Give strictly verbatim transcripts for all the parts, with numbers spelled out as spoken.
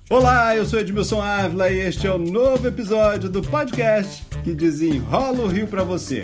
Olá, eu sou Edmilson Ávila e este é o novo episódio do podcast que desenrola o Rio para você.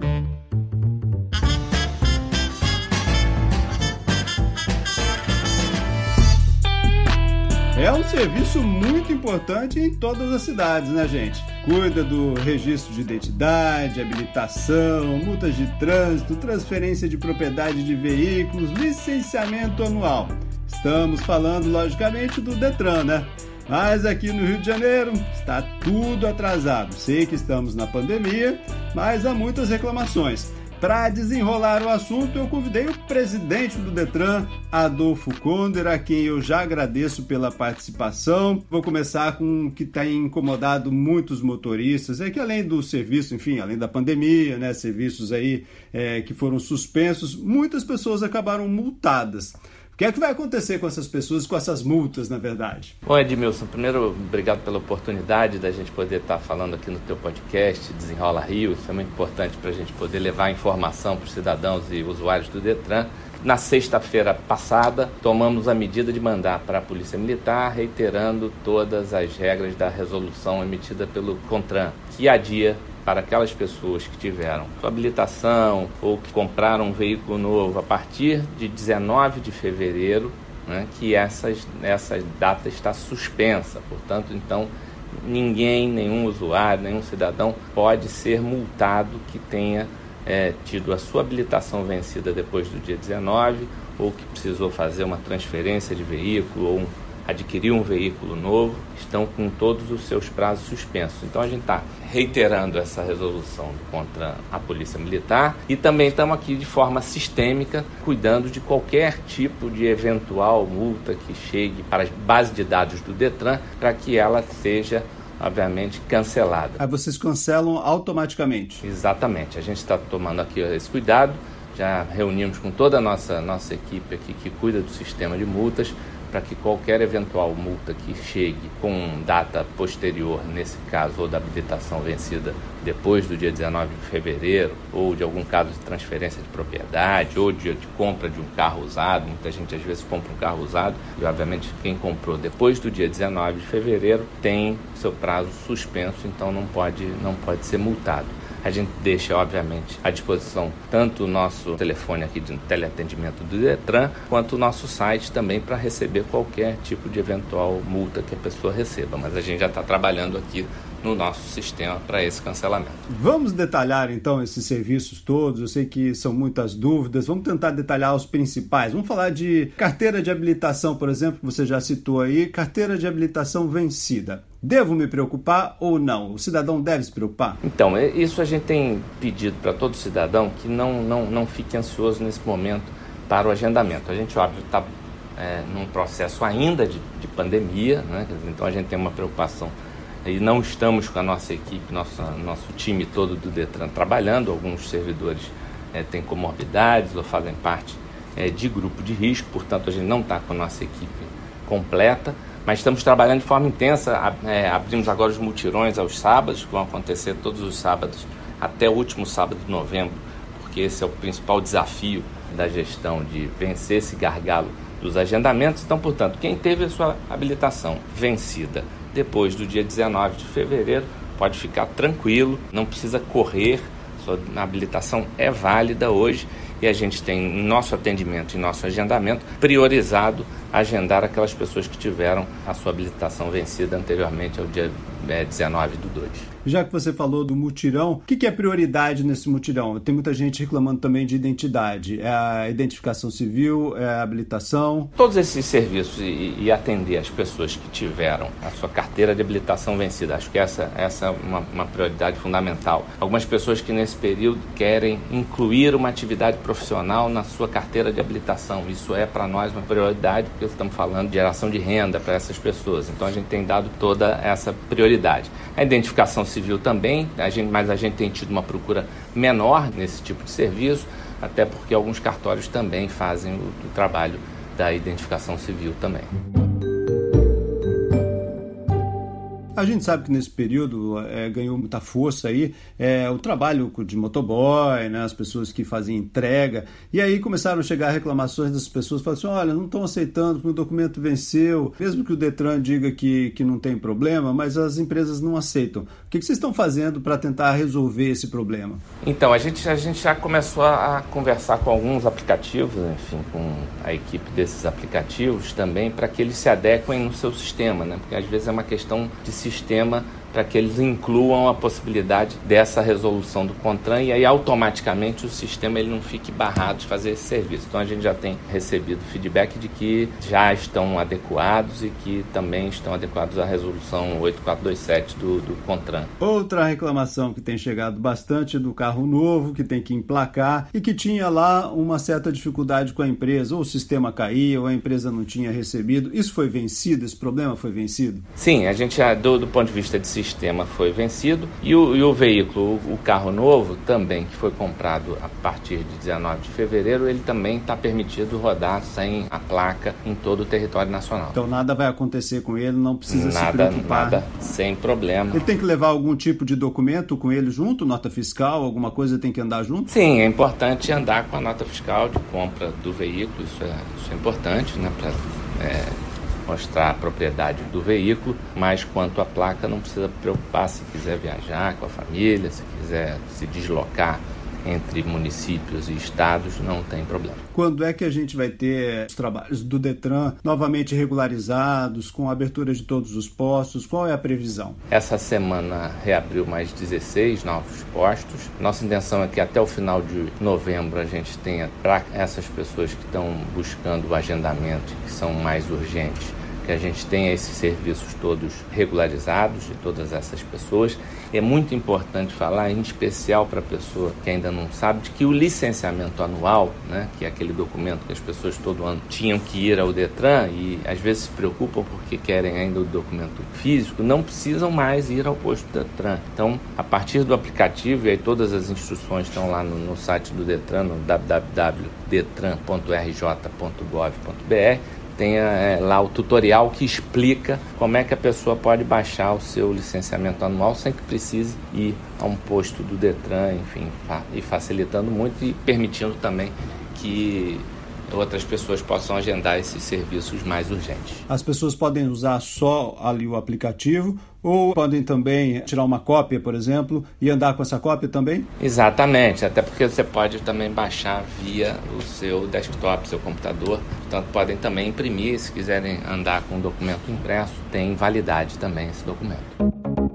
É um serviço muito importante em todas as cidades, né, gente? Cuida do registro de identidade, habilitação, multas de trânsito, transferência de propriedade de veículos, licenciamento anual. Estamos falando, logicamente, do Detran, né? Mas aqui no Rio de Janeiro está tudo atrasado. Sei que estamos na pandemia, mas há muitas reclamações. Para desenrolar o assunto, eu convidei o presidente do Detran, Adolfo Conder, a quem eu já agradeço pela participação. Vou começar com o que tem incomodado muitos motoristas, é que além do serviço, enfim, além da pandemia, né, serviços aí é, que foram suspensos, muitas pessoas acabaram multadas. O que é que vai acontecer com essas pessoas, com essas multas, na verdade? Bom, Edmilson, primeiro, obrigado pela oportunidade da gente poder estar falando aqui no teu podcast, Desenrola Rio. Isso é muito importante para a gente poder levar informação para os cidadãos e usuários do Detran. Na sexta-feira passada, tomamos a medida de mandar para a Polícia Militar, reiterando todas as regras da resolução emitida pelo CONTRAN, que adia para aquelas pessoas que tiveram sua habilitação ou que compraram um veículo novo a partir de dezenove de fevereiro, né, que essas, essa data está suspensa. Portanto, então, ninguém, nenhum usuário, nenhum cidadão pode ser multado que tenha é, tido a sua habilitação vencida depois do dia dezenove ou que precisou fazer uma transferência de veículo ou um adquirir um veículo novo, estão com todos os seus prazos suspensos. Então a gente está reiterando essa resolução contra a Polícia Militar e também estamos aqui de forma sistêmica, cuidando de qualquer tipo de eventual multa que chegue para as bases de dados do Detran, para que ela seja, obviamente, cancelada. Aí vocês cancelam automaticamente? Exatamente, a gente está tomando aqui esse cuidado, já reunimos com toda a nossa, nossa equipe aqui que cuida do sistema de multas, para que qualquer eventual multa que chegue com data posterior, nesse caso, ou da habilitação vencida depois do dia dezenove de fevereiro, ou de algum caso de transferência de propriedade, ou de, de compra de um carro usado. Muita gente às vezes compra um carro usado e, obviamente, quem comprou depois do dia dezenove de fevereiro tem seu prazo suspenso, então não pode, não pode ser multado. A gente deixa, obviamente, à disposição tanto o nosso telefone aqui de teleatendimento do Detran, quanto o nosso site também para receber qualquer tipo de eventual multa que a pessoa receba. Mas a gente já está trabalhando aqui no nosso sistema para esse cancelamento. Vamos detalhar, então, esses serviços todos. Eu sei que são muitas dúvidas. Vamos tentar detalhar os principais. Vamos falar de carteira de habilitação, por exemplo, que você já citou aí. Carteira de habilitação vencida. Devo me preocupar ou não? O cidadão deve se preocupar? Então, isso a gente tem pedido para todo cidadão que não, não, não fique ansioso nesse momento para o agendamento. A gente, óbvio, está é, num processo ainda de, de pandemia, né? Então a gente tem uma preocupação e não estamos com a nossa equipe, nossa, nosso time todo do Detran trabalhando. Alguns servidores é, têm comorbidades ou fazem parte é, de grupo de risco, portanto a gente não está com a nossa equipe completa, mas estamos trabalhando de forma intensa. É, abrimos agora os mutirões aos sábados, que vão acontecer todos os sábados até o último sábado de novembro, porque esse é o principal desafio da gestão, de vencer esse gargalo dos agendamentos. Então, portanto, quem teve a sua habilitação vencida depois do dia dezenove de fevereiro, pode ficar tranquilo, não precisa correr, sua habilitação é válida hoje e a gente tem em nosso atendimento e nosso agendamento priorizado agendar aquelas pessoas que tiveram a sua habilitação vencida anteriormente ao dia é, dezenove do dois. Já que você falou do mutirão, o que, que é prioridade nesse mutirão? Tem muita gente reclamando também de identidade. É a identificação civil, é a habilitação? Todos esses serviços e, e atender as pessoas que tiveram a sua carteira de habilitação vencida. Acho que essa, essa é uma, uma prioridade fundamental. Algumas pessoas que nesse período querem incluir uma atividade profissional na sua carteira de habilitação. Isso é para nós uma prioridade, porque estamos falando de geração de renda para essas pessoas. Então a gente tem dado toda essa prioridade. A identificação civil também, a gente, mas a gente tem tido uma procura menor nesse tipo de serviço, até porque alguns cartórios também fazem o, o trabalho da identificação civil também. A A gente sabe que nesse período é, ganhou muita força aí é, o trabalho de motoboy, né, as pessoas que faziam entrega, e aí começaram a chegar reclamações das pessoas, falando assim, olha, não estão aceitando porque o documento venceu, mesmo que o Detran diga que, que não tem problema, mas as empresas não aceitam. O que, que vocês estão fazendo para tentar resolver esse problema? Então, a gente, a gente já começou a conversar com alguns aplicativos, enfim, com a equipe desses aplicativos também, para que eles se adequem no seu sistema, né? Porque às vezes é uma questão de sistema para que eles incluam a possibilidade dessa resolução do CONTRAN e aí automaticamente o sistema ele não fique barrado de fazer esse serviço. Então a gente já tem recebido feedback de que já estão adequados e que também estão adequados à resolução oito quatro dois sete do, do CONTRAN. Outra reclamação que tem chegado bastante é do carro novo, que tem que emplacar e que tinha lá uma certa dificuldade com a empresa, ou o sistema caía, ou a empresa não tinha recebido. Isso foi vencido? Esse problema foi vencido? Sim, a gente, do, do ponto de vista de sistema foi vencido e o, e o veículo, o, o carro novo também, que foi comprado a partir de dezenove de fevereiro, ele também está permitido rodar sem a placa em todo o território nacional. Então nada vai acontecer com ele, não precisa nada, se preocupar. Nada, sem problema. Ele tem que levar algum tipo de documento com ele junto, nota fiscal, alguma coisa tem que andar junto? Sim, é importante andar com a nota fiscal de compra do veículo, isso é, isso é importante, né, para é, mostrar a propriedade do veículo, mas quanto à placa não precisa preocupar se quiser viajar com a família, se quiser se deslocar entre municípios e estados, não tem problema. Quando é que a gente vai ter os trabalhos do Detran novamente regularizados, com a abertura de todos os postos? Qual é a previsão? Essa semana reabriu mais dezesseis novos postos. Nossa intenção é que até o final de novembro a gente tenha, para essas pessoas que estão buscando o agendamento, que são mais urgentes, que a gente tenha esses serviços todos regularizados de todas essas pessoas. É muito importante falar, em especial para a pessoa que ainda não sabe, de que o licenciamento anual, né, que é aquele documento que as pessoas todo ano tinham que ir ao Detran e às vezes se preocupam porque querem ainda o documento físico, não precisam mais ir ao posto do Detran. Então, a partir do aplicativo, e aí todas as instruções estão lá no, no site do Detran, no w w w ponto detran ponto r j ponto gov ponto b r, tem é, lá o tutorial que explica como é que a pessoa pode baixar o seu licenciamento anual sem que precise ir a um posto do Detran, enfim, fa- e facilitando muito e permitindo também que outras pessoas possam agendar esses serviços mais urgentes. As pessoas podem usar só ali o aplicativo ou podem também tirar uma cópia, por exemplo, e andar com essa cópia também? Exatamente, até porque você pode também baixar via o seu desktop, seu computador. Portanto, podem também imprimir, se quiserem andar com o documento impresso, tem validade também esse documento.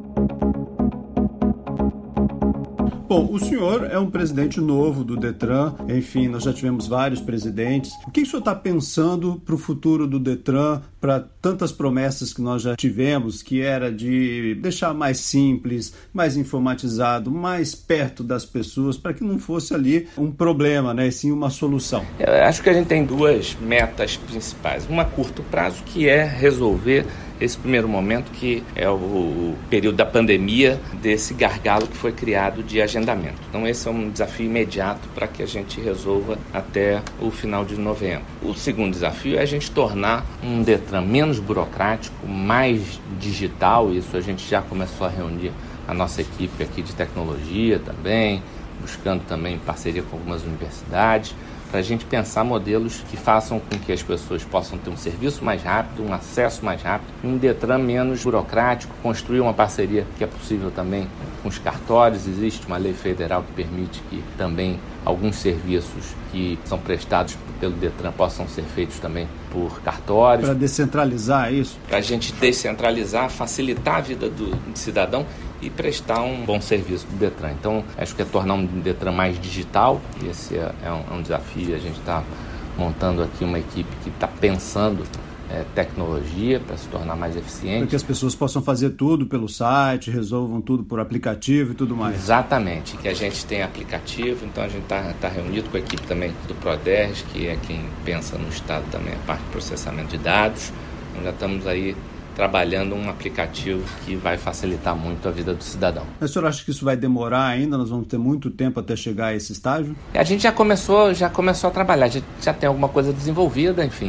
Bom, o senhor é um presidente novo do Detran, enfim, nós já tivemos vários presidentes. O que o senhor está pensando para o futuro do Detran, para tantas promessas que nós já tivemos, que era de deixar mais simples, mais informatizado, mais perto das pessoas, para que não fosse ali um problema, né, e sim uma solução? Eu acho que a gente tem duas metas principais. Uma a curto prazo, que é resolver esse primeiro momento, que é o período da pandemia, desse gargalo que foi criado de agendamento. Então esse é um desafio imediato para que a gente resolva até o final de novembro. O segundo desafio é a gente tornar um Detran menos burocrático, mais digital. Isso a gente já começou a reunir a nossa equipe aqui de tecnologia também, buscando também parceria com algumas universidades, para a gente pensar modelos que façam com que as pessoas possam ter um serviço mais rápido, um acesso mais rápido, um Detran menos burocrático, construir uma parceria que é possível também com os cartórios. Existe uma lei federal que permite que também alguns serviços que são prestados pelo Detran possam ser feitos também por cartórios. Para descentralizar isso? Para a gente descentralizar, facilitar a vida do, do cidadão e prestar um bom serviço do Detran. Então, acho que é tornar um Detran mais digital, e esse é, é, um, é um desafio. A gente está montando aqui uma equipe que está pensando é, tecnologia para se tornar mais eficiente. Para que as pessoas possam fazer tudo pelo site, resolvam tudo por aplicativo e tudo mais. Exatamente, que a gente tem aplicativo, então a gente está tá reunido com a equipe também do Proders, que é quem pensa no Estado também, a parte de processamento de dados. Nós já estamos aí trabalhando um aplicativo que vai facilitar muito a vida do cidadão. Mas o senhor acha que isso vai demorar ainda? Nós vamos ter muito tempo até chegar a esse estágio? A gente já começou, já começou a trabalhar, a gente já tem alguma coisa desenvolvida, enfim.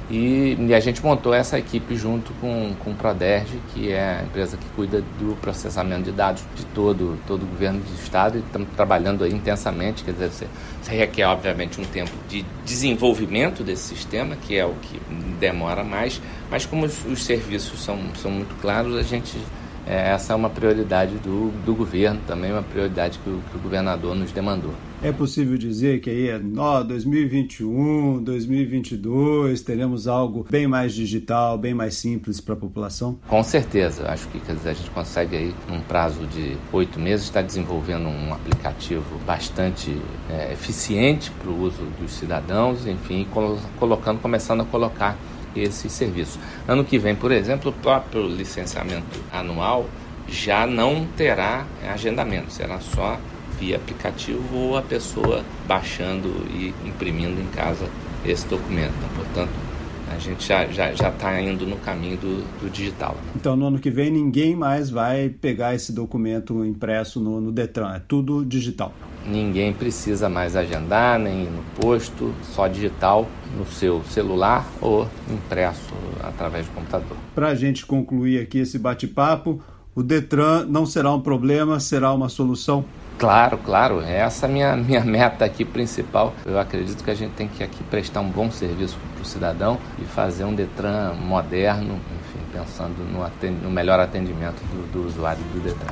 E, e a gente montou essa equipe junto com, com o Proderj, que é a empresa que cuida do processamento de dados de todo, todo o governo do estado, e estamos trabalhando aí intensamente. Quer dizer, você, você requer, obviamente, um tempo de desenvolvimento desse sistema, que é o que demora mais, mas como os, os serviços são, são muito claros, a gente... É, essa é uma prioridade do, do governo, também uma prioridade que o, que o governador nos demandou. É possível dizer que aí, ó, dois mil e vinte e um, dois mil e vinte e dois, teremos algo bem mais digital, bem mais simples para a população? Com certeza. Acho que, quer dizer, a gente consegue aí, num prazo de oito meses, estar desenvolvendo um aplicativo bastante é, eficiente para o uso dos cidadãos, enfim, colo- colocando, começando a colocar esse serviço. Ano que vem, por exemplo, o próprio licenciamento anual já não terá agendamento, será só via aplicativo ou a pessoa baixando e imprimindo em casa esse documento. Então, portanto, a gente já já já está indo no caminho do, do digital. Então, no ano que vem, ninguém mais vai pegar esse documento impresso no, no Detran, é tudo digital. Ninguém precisa mais agendar, nem ir no posto, só digital no seu celular ou impresso através do computador. Para a gente concluir aqui esse bate-papo, o Detran não será um problema, será uma solução? Claro, claro. Essa é a minha, minha meta aqui principal. Eu acredito que a gente tem que aqui prestar um bom serviço para o cidadão e fazer um Detran moderno, enfim, pensando no, atend- no melhor atendimento do, do usuário do Detran.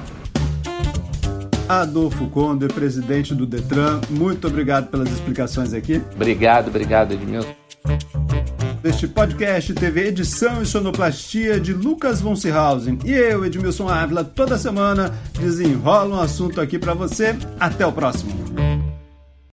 Adolfo Conder, presidente do Detran, muito obrigado pelas explicações aqui. Obrigado, obrigado, Edmilson. Este podcast teve edição e sonoplastia de Lucas von Seehausen. E eu, Edmilson Ávila, toda semana desenrola um assunto aqui para você. Até o próximo.